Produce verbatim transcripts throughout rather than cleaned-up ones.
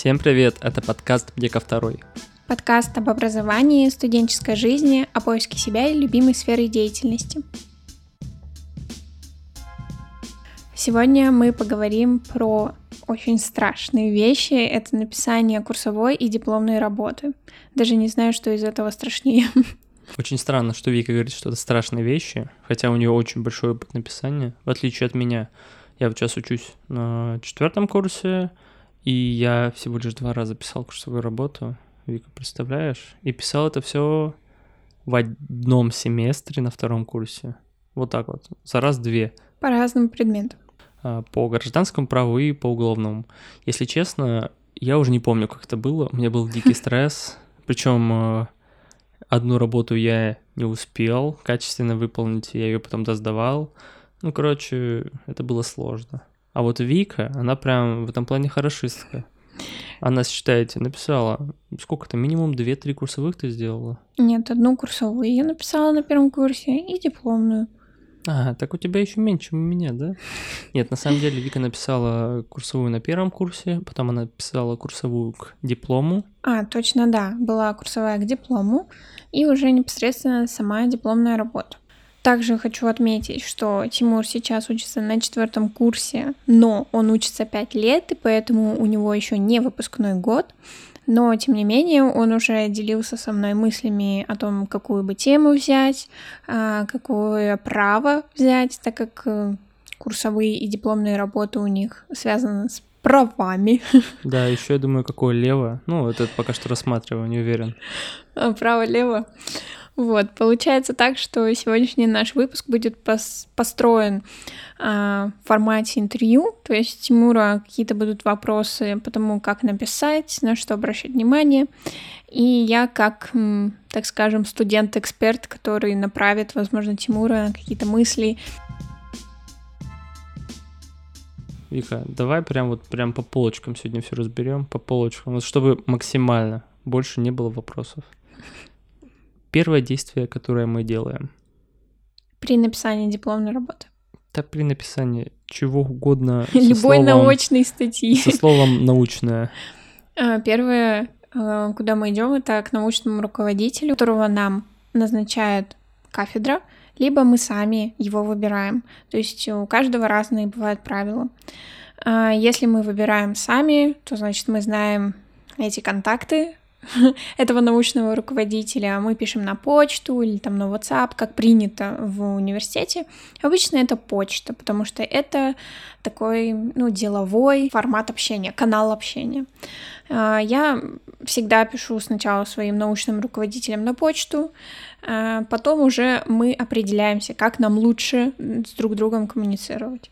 Всем привет, это подкаст «Где ко второй». Подкаст об образовании, студенческой жизни, о поиске себя и любимой сферы деятельности. Сегодня мы поговорим про очень страшные вещи. Это написание курсовой и дипломной работы. Даже не знаю, что из этого страшнее. Очень странно, что Вика говорит, что это страшные вещи, хотя у нее очень большой опыт написания, в отличие от меня. Я вот сейчас учусь на четвертом курсе, и я всего лишь два раза писал курсовую работу. Вика, представляешь? И писал это все в одном семестре на втором курсе. Вот так вот, за раз две. По разным предметам. По гражданскому праву и по уголовному. Если честно, я уже не помню, как это было. У меня был дикий стресс. Причем одну работу я не успел качественно выполнить, я ее потом досдавал. Ну, короче, это было сложно. А вот Вика, она прям в этом плане хорошистка. Она, считаете, написала, сколько-то, минимум две-три курсовых ты сделала? Нет, одну курсовую я написала на первом курсе и дипломную. А, так у тебя еще меньше, чем у меня, да? Нет, на самом деле Вика написала курсовую на первом курсе, потом она писала курсовую к диплому. А, точно, да, была курсовая к диплому и уже непосредственно сама дипломная работа. Также хочу отметить, что Тимур сейчас учится на четвертом курсе, но он учится пять лет, и поэтому у него еще не выпускной год. Но, тем не менее, он уже делился со мной мыслями о том, какую бы тему взять, какое право взять, так как курсовые и дипломные работы у них связаны с правами. Да, еще я думаю, какое лево. Ну, это пока что рассматриваю, не уверен. Право-лево. Вот, получается так, что сегодняшний наш выпуск будет пос- построен а, в формате интервью, то есть у Тимура какие-то будут вопросы по тому, как написать, на что обращать внимание, и я как, м, так скажем, студент-эксперт, который направит, возможно, Тимура на какие-то мысли. Вика, давай прям вот прям по полочкам сегодня все разберем, по полочкам, вот чтобы максимально больше не было вопросов. Первое действие, которое мы делаем. При написании дипломной работы. Так при написании чего угодно. Любой словом, научной статьи. Со словом «научная». Первое, куда мы идем, это к научному руководителю, которого нам назначает кафедра, либо мы сами его выбираем. То есть у каждого разные бывают правила. Если мы выбираем сами, то значит мы знаем эти контакты этого научного руководителя, мы пишем на почту или там на WhatsApp, как принято в университете. Обычно это почта, потому что это такой, ну, деловой формат общения, канал общения. Я всегда пишу сначала своим научным руководителям на почту, потом уже мы определяемся, как нам лучше с друг другом коммуницировать.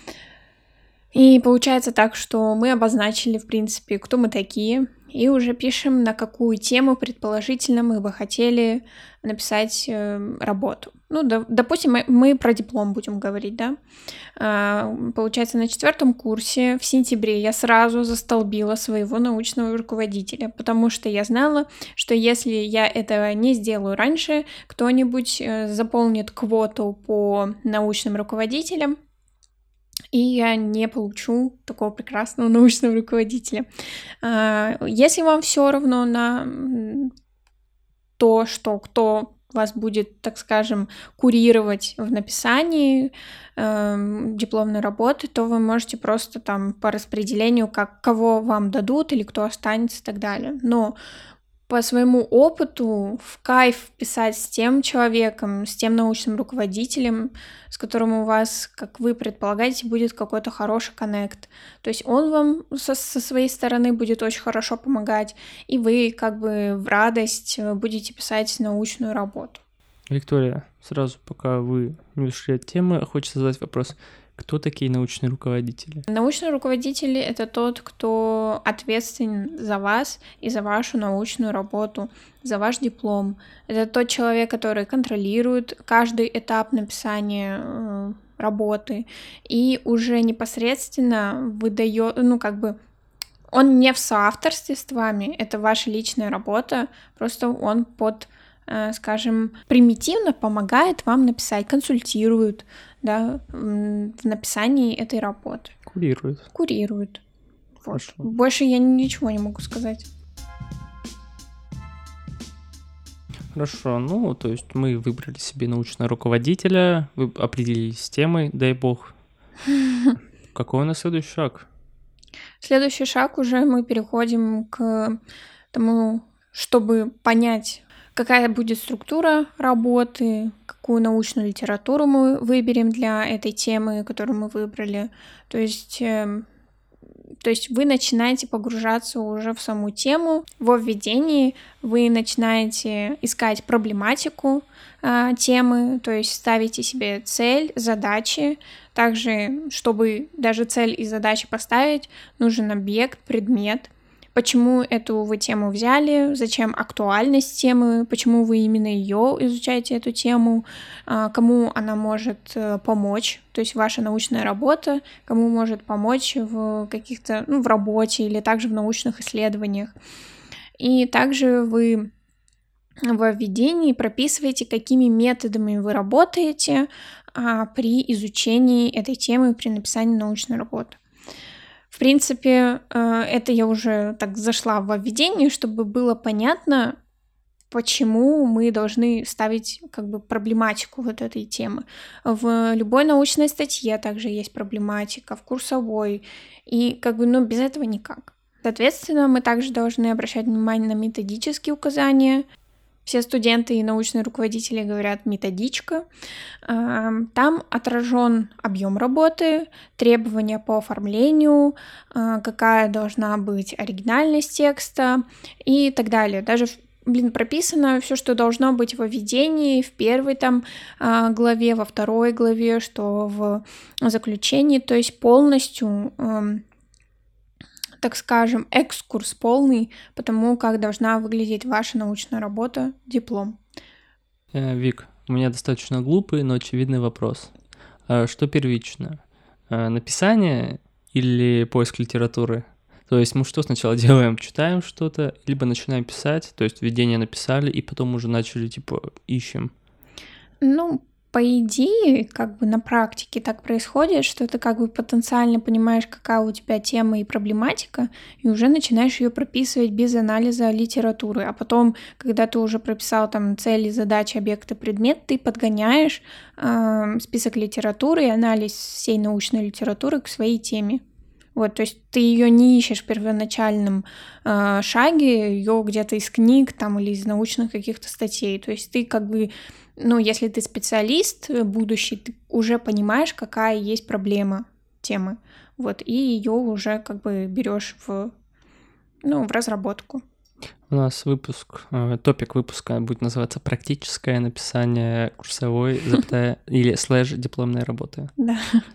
И получается так, что мы обозначили, в принципе, кто мы такие, и уже пишем, на какую тему, предположительно, мы бы хотели написать э, работу. Ну, да, допустим, мы, мы про диплом будем говорить, да. А, получается, на четвертом курсе в сентябре я сразу застолбила своего научного руководителя, потому что я знала, что если я этого не сделаю раньше, кто-нибудь э, заполнит квоту по научным руководителям, и я не получу такого прекрасного научного руководителя. Если вам все равно на то, что кто вас будет, так скажем, курировать в написании э, дипломной работы, то вы можете просто там по распределению, как, кого вам дадут или кто останется и так далее. Но по своему опыту в кайф писать с тем человеком, с тем научным руководителем, с которым у вас, как вы предполагаете, будет какой-то хороший коннект. То есть он вам со, со своей стороны будет очень хорошо помогать, и вы как бы в радость будете писать научную работу. Виктория, сразу пока вы не ушли от темы, хочется задать вопрос. Кто такие научные руководители? Научный руководитель — это тот, кто ответственен за вас и за вашу научную работу, за ваш диплом. Это тот человек, который контролирует каждый этап написания э, работы и уже непосредственно выдает, ну как бы, он не в соавторстве с вами, это ваша личная работа, просто он под, э, скажем, примитивно помогает вам написать, консультирует, да, в написании этой работы. Курирует. Курирует. Вот. Больше я ничего не могу сказать. Хорошо, ну, то есть мы выбрали себе научного руководителя, вы определились с темой, дай бог. Какой у нас следующий шаг? Следующий шаг уже мы переходим к тому, чтобы понять, какая будет структура работы, какую научную литературу мы выберем для этой темы, которую мы выбрали. То есть, э, то есть вы начинаете погружаться уже в саму тему. Во введении вы начинаете искать проблематику э, темы, то есть ставите себе цель, задачи. Также, чтобы даже цель и задачи поставить, нужен объект, предмет. Почему эту вы тему взяли, зачем актуальность темы, почему вы именно ее изучаете, эту тему, кому она может помочь, то есть ваша научная работа, кому может помочь в каких-то, ну, в работе или также в научных исследованиях. И также вы во введении прописываете, какими методами вы работаете а, при изучении этой темы, при написании научной работы. В принципе, это я уже так зашла во введение, чтобы было понятно, почему мы должны ставить как бы проблематику вот этой темы. В любой научной статье также есть проблематика, в курсовой, и как бы, ну, без этого никак. Соответственно, мы также должны обращать внимание на методические указания. Все студенты и научные руководители говорят методичка. Там отражен объем работы, требования по оформлению, какая должна быть оригинальность текста и так далее. Даже, блин, прописано все, что должно быть во введении, в первой там главе, во второй главе, что в заключении, то есть полностью, так скажем, экскурс полный по тому, как должна выглядеть ваша научная работа, диплом. Вик, у меня достаточно глупый, но очевидный вопрос. Что первично? Написание или поиск литературы? То есть мы что сначала делаем? Читаем что-то, либо начинаем писать, то есть введение написали, и потом уже начали, типа, ищем? Ну, по идее, как бы на практике так происходит, что ты как бы потенциально понимаешь, какая у тебя тема и проблематика, и уже начинаешь ее прописывать без анализа литературы. А потом, когда ты уже прописал там цели, задачи, объекты, предмет, ты подгоняешь э, список литературы и анализ всей научной литературы к своей теме. Вот, то есть ты ее не ищешь в первоначальном э, шаге, ее где-то из книг там или из научных каких-то статей. То есть ты как бы, ну, если ты специалист будущий, ты уже понимаешь, какая есть проблема темы, вот, и ее уже как бы берешь в, ну, в разработку. У нас выпуск, э, топик выпуска будет называться «Практическое написание курсовой, запятая, или слэш дипломной работы». Да.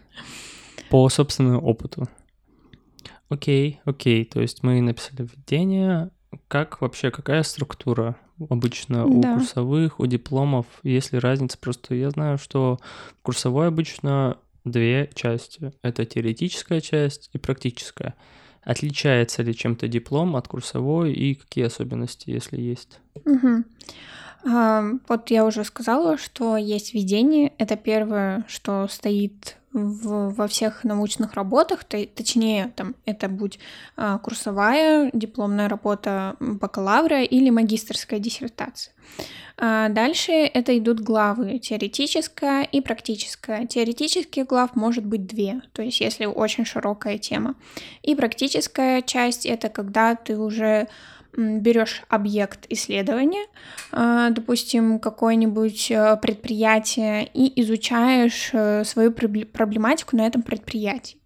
По собственному опыту. Окей, окей, то есть мы написали введение. Как вообще, какая структура обычно Да. у курсовых, у дипломов? Есть ли разница? Просто я знаю, что в курсовой обычно две части. Это теоретическая часть и практическая. Отличается ли чем-то диплом от курсовой и какие особенности, если есть? Угу. А, вот я уже сказала, что есть введение. Это первое, что стоит в, во всех научных работах, то, точнее, там, это будь а, курсовая, дипломная работа бакалавра или магистерская диссертация. А дальше это идут главы теоретическая и практическая. Теоретических глав может быть две, то есть если очень широкая тема. И практическая часть — это когда ты уже берешь объект исследования, допустим, какое-нибудь предприятие, и изучаешь свою проблематику на этом предприятии.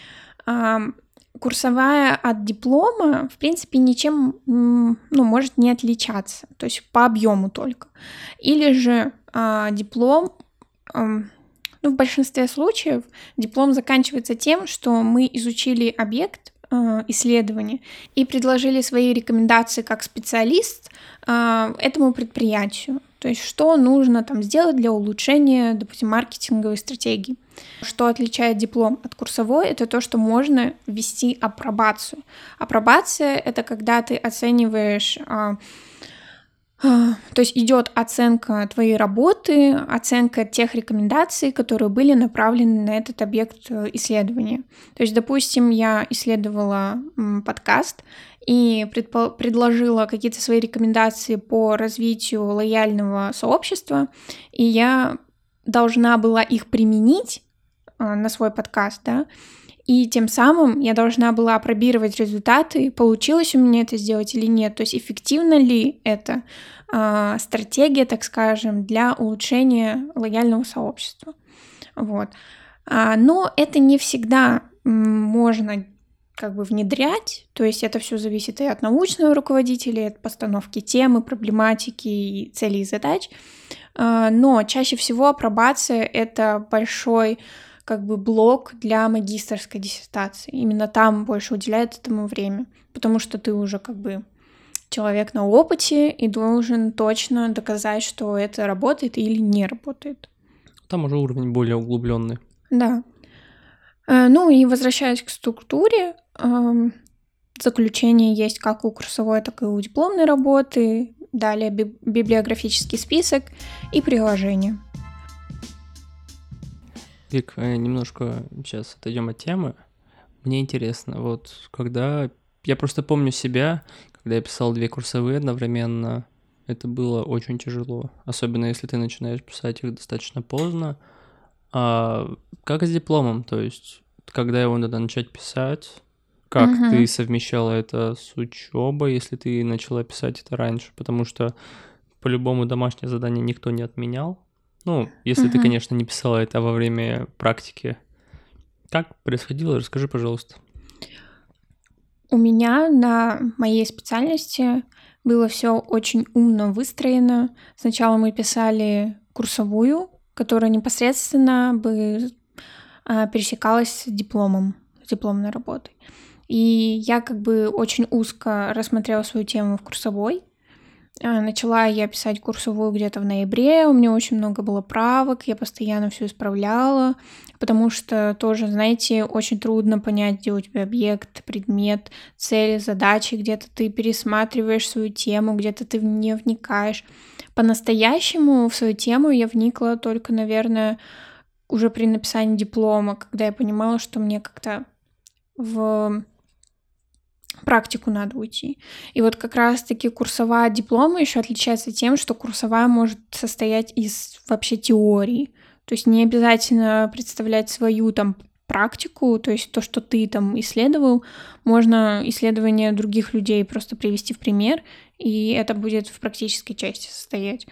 Курсовая от диплома, в принципе, ничем, ну, может не отличаться, то есть по объему только. Или же диплом, ну, в большинстве случаев диплом заканчивается тем, что мы изучили объект исследования и предложили свои рекомендации как специалист этому предприятию. То есть что нужно там сделать для улучшения, допустим, маркетинговой стратегии. Что отличает диплом от курсовой, это то, что можно ввести апробацию. Апробация — это когда ты оцениваешь То есть идет оценка твоей работы, оценка тех рекомендаций, которые были направлены на этот объект исследования. То есть, допустим, я исследовала подкаст и предпо- предложила какие-то свои рекомендации по развитию лояльного сообщества, и я должна была их применить на свой подкаст, да, и тем самым я должна была опробировать результаты, получилось у меня это сделать или нет, то есть эффективна ли это э, стратегия, так скажем, для улучшения лояльного сообщества. Вот. А, но это не всегда можно как бы внедрять, то есть это все зависит и от научного руководителя, и от постановки темы, проблематики и целей и задач, а, но чаще всего апробация — это большой как бы блок для магистерской диссертации. Именно там больше уделяют этому время, потому что ты уже как бы человек на опыте и должен точно доказать, что это работает или не работает. Там уже уровень более углубленный. Да. Ну и возвращаясь к структуре, заключение есть как у курсовой, так и у дипломной работы, далее библиографический список и приложение. Вик, немножко сейчас отойдем от темы. Мне интересно, вот когда... Я просто помню себя, когда я писал две курсовые одновременно, это было очень тяжело. Особенно если ты начинаешь писать их достаточно поздно. А как с дипломом? То есть, когда его надо начать писать, как Мгм. ты совмещала это с учебой, если ты начала писать это раньше? Потому что по-любому домашнее задание никто не отменял. Ну, если ты, Мгм. конечно, не писала это во время практики. Как происходило? Расскажи, пожалуйста. У меня на моей специальности было все очень умно выстроено. Сначала мы писали курсовую, которая непосредственно бы а, пересекалась с дипломом, с дипломной работой. И я как бы очень узко рассмотрела свою тему в курсовой. А, Начала я писать курсовую где-то в ноябре, у меня очень много было правок, я постоянно все исправляла, потому что тоже, знаете, очень трудно понять, где у тебя объект, предмет, цель, задачи, где-то ты пересматриваешь свою тему, где-то ты в нее вникаешь. По-настоящему в свою тему я вникла только, наверное, уже при написании диплома, когда я понимала, что мне как-то в практику надо уйти. И вот как раз-таки курсовая диплома еще отличается тем, что курсовая может состоять из вообще теории. То есть не обязательно представлять свою там практику, то есть то, что ты там исследовал, можно исследования других людей просто привести в пример, и это будет в практической части состоять.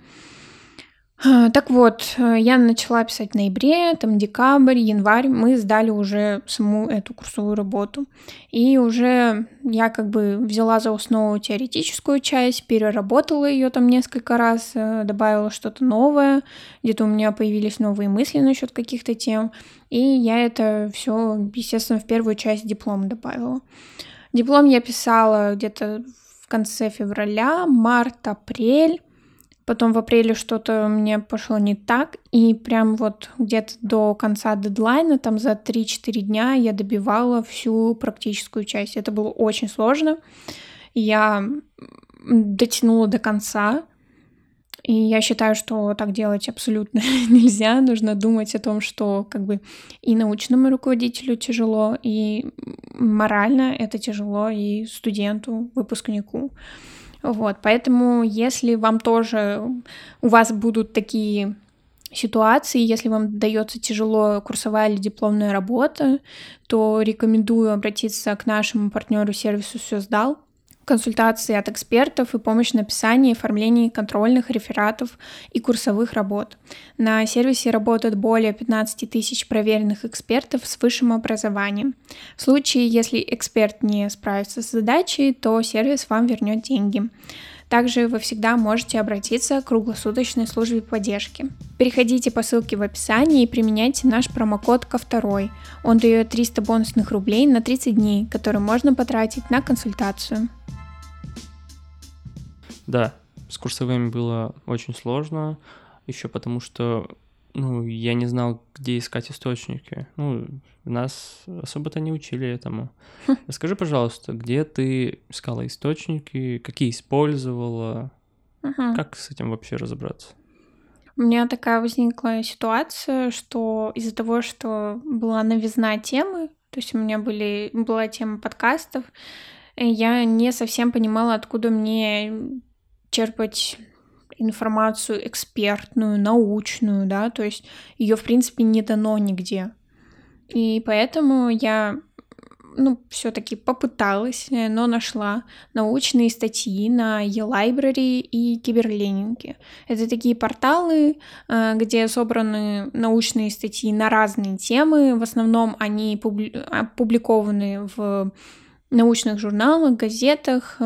Так вот, я начала писать в ноябре, там декабрь, январь, мы сдали уже саму эту курсовую работу. И уже я как бы взяла за основу теоретическую часть, переработала ее там несколько раз, добавила что-то новое, где-то у меня появились новые мысли насчет каких-то тем, и я это все, естественно, в первую часть диплома добавила. Диплом я писала где-то в конце февраля, март, апрель. Потом в апреле что-то мне пошло не так, и прям вот где-то до конца дедлайна, там за три-четыре дня я добивала всю практическую часть. Это было очень сложно. Я дотянула до конца, и я считаю, что так делать абсолютно нельзя. Нужно думать о том, что как бы и научному руководителю тяжело, и морально это тяжело, и студенту, выпускнику. Вот, поэтому если вам тоже, у вас будут такие ситуации, если вам дается тяжело курсовая или дипломная работа, то рекомендую обратиться к нашему партнеру сервису «Все сдал». Консультации от экспертов и помощь в написании и оформлении контрольных рефератов и курсовых работ. На сервисе работает более пятнадцать тысяч проверенных экспертов с высшим образованием. В случае, если эксперт не справится с задачей, то сервис вам вернет деньги. Также вы всегда можете обратиться к круглосуточной службе поддержки. Переходите по ссылке в описании и применяйте наш промокод ко второй. Он дает триста бонусных рублей на тридцать дней, которые можно потратить на консультацию. Да, с курсовыми было очень сложно, еще потому что, ну, я не знал, где искать источники. Ну, нас особо-то не учили этому. Расскажи, пожалуйста, где ты искала источники, какие использовала? Угу. Как с этим вообще разобраться? У меня такая возникла ситуация, что из-за того, что была новизна темы, то есть у меня были, была тема подкастов, я не совсем понимала, откуда мне черпать информацию экспертную, научную, да, то есть ее, в принципе, не дано нигде. И поэтому я, ну, все-таки попыталась, но нашла научные статьи на eLibrary и Киберленинге. Это такие порталы, где собраны научные статьи на разные темы. В основном они опубликованы в научных журналах, газетах.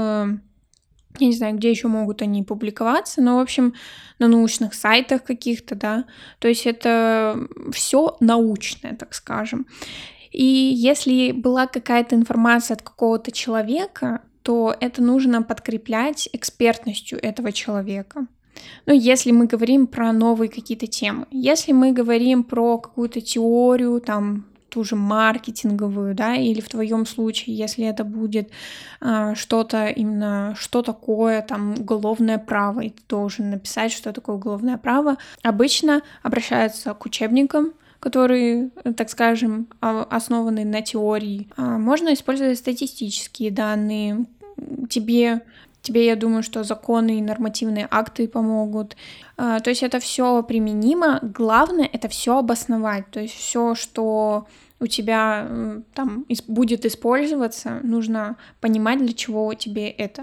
Я не знаю, где еще могут они публиковаться, но, в общем, на научных сайтах каких-то, да. То есть это все научное, так скажем. И если была какая-то информация от какого-то человека, то это нужно подкреплять экспертностью этого человека. Ну, если мы говорим про новые какие-то темы. Если мы говорим про какую-то теорию, там, ту же маркетинговую, да, или в твоем случае, если это будет а, что-то именно, что такое там уголовное право, и ты должен написать, что такое уголовное право, обычно обращаются к учебникам, которые, так скажем, основаны на теории. А можно использовать статистические данные. Тебе Тебе, я думаю, что законы и нормативные акты помогут. То есть это все применимо. Главное — это все обосновать. То есть все, что у тебя там будет использоваться, нужно понимать, для чего тебе это.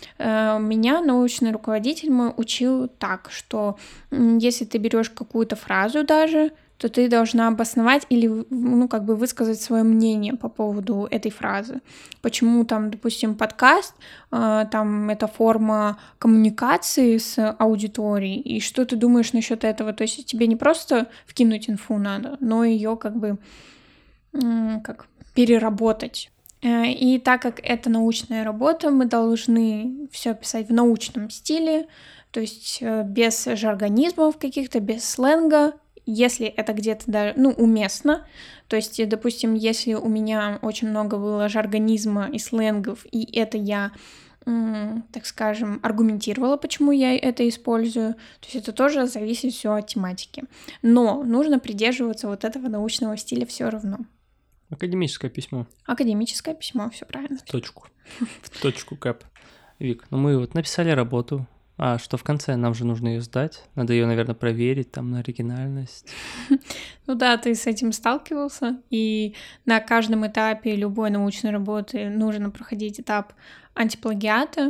Меня научный руководитель мой учил так, что если ты берешь какую-то фразу даже, то ты должна обосновать или, ну, как бы высказать свое мнение по поводу этой фразы. Почему там, допустим, подкаст, э, там это форма коммуникации с аудиторией, и что ты думаешь насчет этого? То есть тебе не просто вкинуть инфу надо, но ее как бы э, как переработать. И так как это научная работа, мы должны все писать в научном стиле, то есть без жаргонизмов каких-то, без сленга, если это где-то даже, ну, уместно. То есть, допустим, если у меня очень много было жаргонизма и сленгов, и это я, так скажем, аргументировала, почему я это использую, то есть это тоже зависит все от тематики. Но нужно придерживаться вот этого научного стиля все равно. Академическое письмо. Академическое письмо, все правильно. В точку. В точку кэп. Вик, ну мы вот написали работу, а что в конце нам же нужно ее сдать? Надо ее, наверное, проверить там на оригинальность. Ну да, ты с этим сталкивался, и на каждом этапе любой научной работы нужно проходить этап антиплагиата.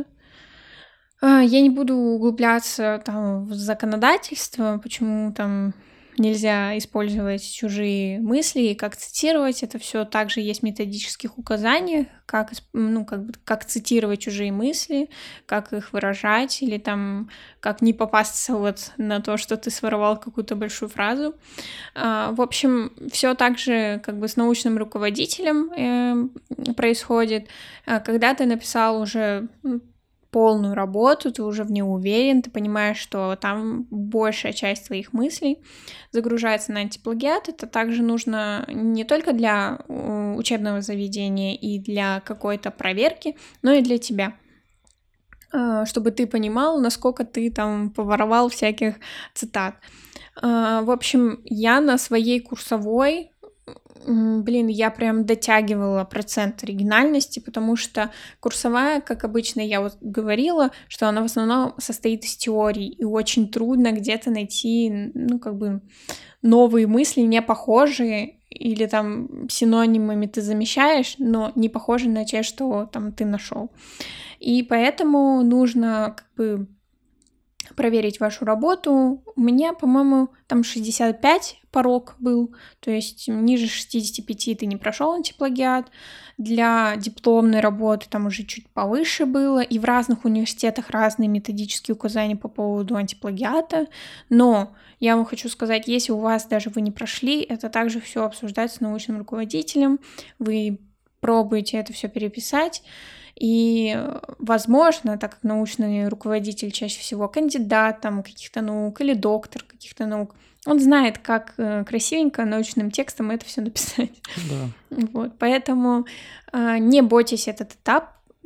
Я не буду углубляться там в законодательство, почему там нельзя использовать чужие мысли и как цитировать. Это все также есть в методических указаниях, как, ну, как, бы, как цитировать чужие мысли, как их выражать, или там как не попасться вот на то, что ты своровал какую-то большую фразу. В общем, все также как бы с научным руководителем происходит. Когда ты написал уже полную работу, ты уже в ней уверен, ты понимаешь, что там большая часть твоих мыслей загружается на антиплагиат. Это также нужно не только для учебного заведения и для какой-то проверки, но и для тебя, чтобы ты понимал, насколько ты там поворовал всяких цитат. В общем, я на своей курсовой Блин, я прям дотягивала процент оригинальности, потому что курсовая, как обычно я вот говорила, что она в основном состоит из теорий, и очень трудно где-то найти, ну, как бы, новые мысли, не похожие, или там синонимами ты замещаешь, но не похожие на те, что там ты нашел. И поэтому нужно, как бы, проверить вашу работу. У меня, по-моему, там шестьдесят пять порог был, то есть ниже шестьдесят пять ты не прошел антиплагиат. Для дипломной работы там уже чуть повыше было, и в разных университетах разные методические указания по поводу антиплагиата. Но я вам хочу сказать, если у вас даже вы не прошли, это также все обсуждать с научным руководителем, вы пробуете это все переписать. И, возможно, так как научный руководитель чаще всего кандидат там, каких-то наук или доктор каких-то наук, он знает, как красивенько научным текстом это все написать. Да. Вот, поэтому не бойтесь этот этап.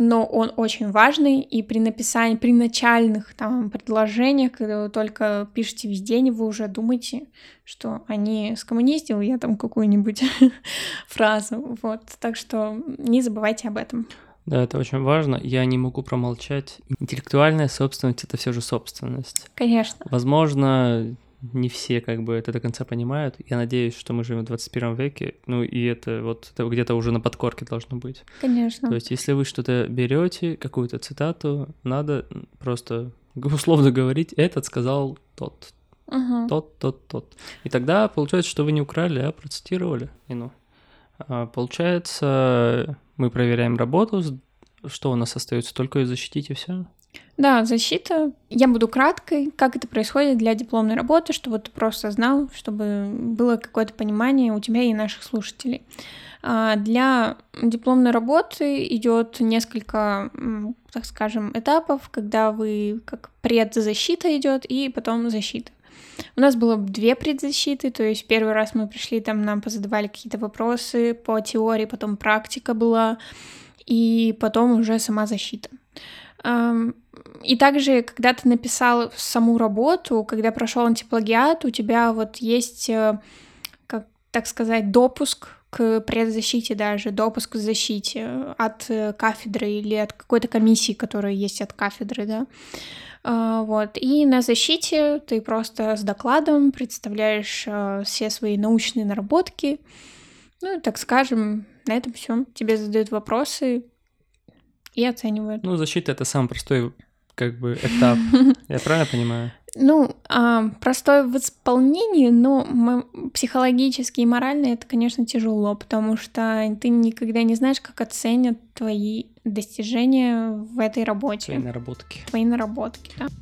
но он очень важный, и при написании, при начальных там предложениях, когда вы только пишете весь день, вы уже думаете, что они скоммуниздил я там какую-нибудь фразу, вот, так что не забывайте об этом. Да, это очень важно. Я не могу промолчать. Интеллектуальная собственность — это все же собственность. Конечно. Возможно, не все как бы это до конца понимают. Я надеюсь, что мы живем в двадцать первом веке, ну и это вот это где-то уже на подкорке должно быть. Конечно. То есть если вы что-то берете, какую-то цитату, надо просто условно говорить: этот сказал тот, угу. тот, тот, тот. И тогда получается, что вы не украли, а процитировали. И ну, а получается, мы проверяем работу, что у нас остается, только ее защитить, и все. Да, защита. Я буду краткой, как это происходит для дипломной работы, чтобы ты просто знал, чтобы было какое-то понимание у тебя и наших слушателей. Для дипломной работы идет несколько, так скажем, этапов, когда вы как предзащита идет и потом защита. У нас было две предзащиты, то есть первый раз мы пришли, там нам позадавали какие-то вопросы по теории, потом практика была, и потом уже сама защита. И также, когда ты написал саму работу, когда прошел антиплагиат, у тебя вот есть, как так сказать, допуск к предзащите даже, допуск к защите от кафедры или от какой-то комиссии, которая есть от кафедры, да. Вот. И на защите ты просто с докладом представляешь все свои научные наработки. Ну, так скажем, на этом все. Тебе задают вопросы и оценивают. Ну, защита — это самый простой, как бы, этап. Я правильно понимаю? Ну, а, простой в исполнении, но мы, психологически и морально это, конечно, тяжело, потому что ты никогда не знаешь, как оценят твои достижения в этой работе. Твои наработки. Твои наработки, да.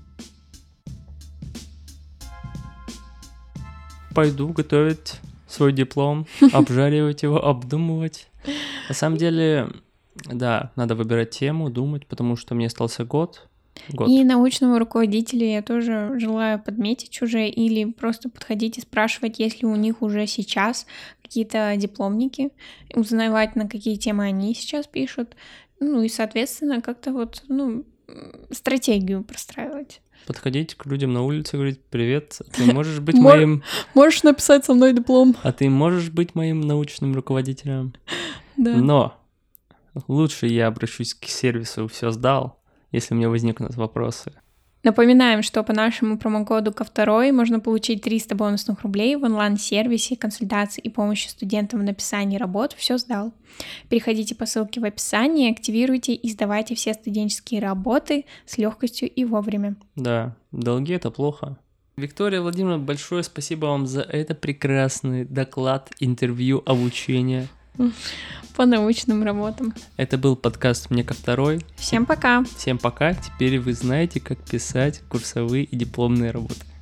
Пойду готовить свой диплом, обжаривать его, обдумывать. На самом деле, да, надо выбирать тему, думать, потому что мне остался год. Год. И научного руководителя я тоже желаю подметить уже или просто подходить и спрашивать, есть ли у них уже сейчас какие-то дипломники, узнавать, на какие темы они сейчас пишут, ну и, соответственно, как-то вот, ну, стратегию простраивать. Подходить к людям на улице и говорить: привет, ты можешь быть моим... Можешь написать со мной диплом. А ты можешь быть моим научным руководителем? Да. Но лучше я обращусь к сервису «Все сдал», если у меня возникнут вопросы. Напоминаем, что по нашему промокоду ко второй можно получить триста бонусных рублей в онлайн-сервисе консультаций и помощи студентам в написании работ «Все сдал». Переходите по ссылке в описании, активируйте и сдавайте все студенческие работы с легкостью и вовремя. Да, долги — это плохо. Виктория Владимировна, большое спасибо вам за это прекрасный доклад, интервью, обучение. По научным работам. Это был подкаст «Мне ко второй». Всем пока. Всем пока. Теперь вы знаете, как писать курсовые и дипломные работы.